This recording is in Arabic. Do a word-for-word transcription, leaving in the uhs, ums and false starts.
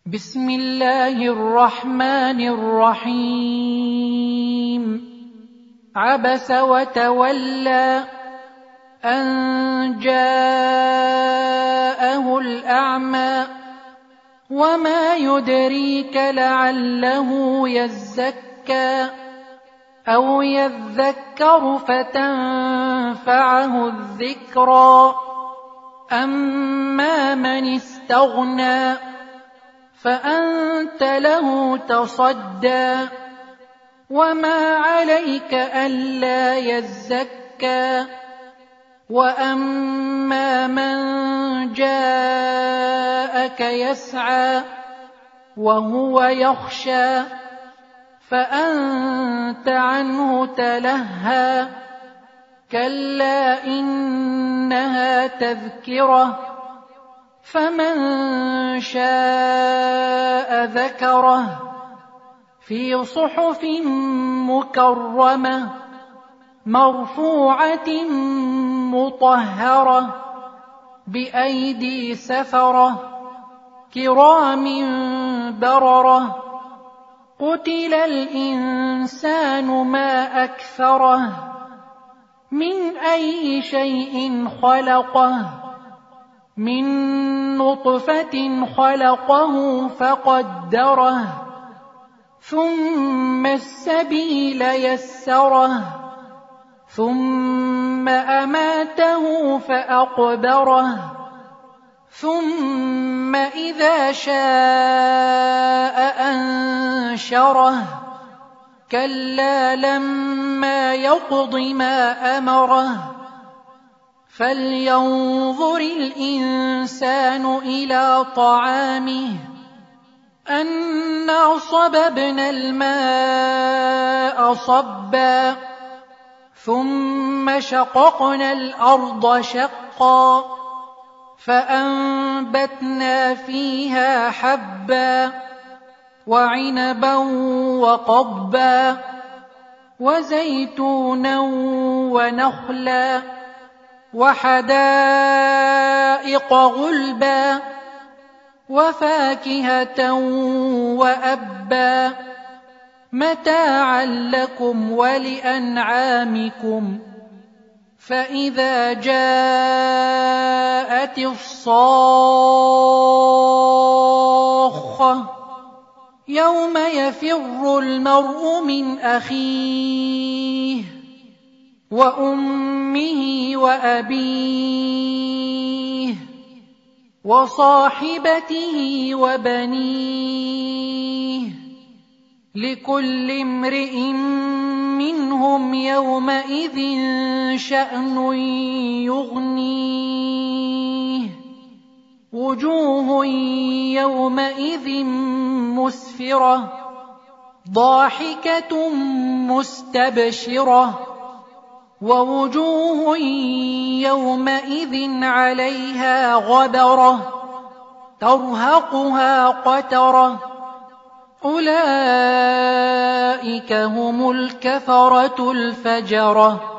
بسم الله الرحمن الرحيم عبس وتولى أن جاءه الأعمى وما يدريك لعله يزكى أو يذكر فتنفعه الذكرى أما من استغنى فأنت له تصدى وما عليك ألا يزكى وأما من جاءك يسعى وهو يخشى فأنت عنه تلهى كلا إنها تذكرة فمن شاء ذكره في صحف مكرمة مرفوعة مطهرة بأيدي سفرة كرام بررة قتل الإنسان ما أكفره من أي شيء خلقه من نطفة خلقه فقدره ثم السبيل يسره ثم أماته فأقبره ثم إذا شاء أنشره كلا لما يقض ما أمره فلينظر الإنسان إلى طعامه أنا صببنا الماء صبا ثم شققنا الأرض شقا فأنبتنا فيها حبا وعنبا وقضبا وزيتونا ونخلا وحدائق غلبا وفاكهة وأبا متاعا لكم ولأنعامكم فإذا جاءت الصاخة يوم يفر المرء من أخيه وأمه وأبيه وصاحبته وبنيه لكل امرئ منهم يومئذ شأن يغنيه وجوه يومئذ مسفرة ضاحكة مستبشرة ووجوه يومئذ عليها غبرة ترهقها قترة أولئك هم الكفرة الفجرة.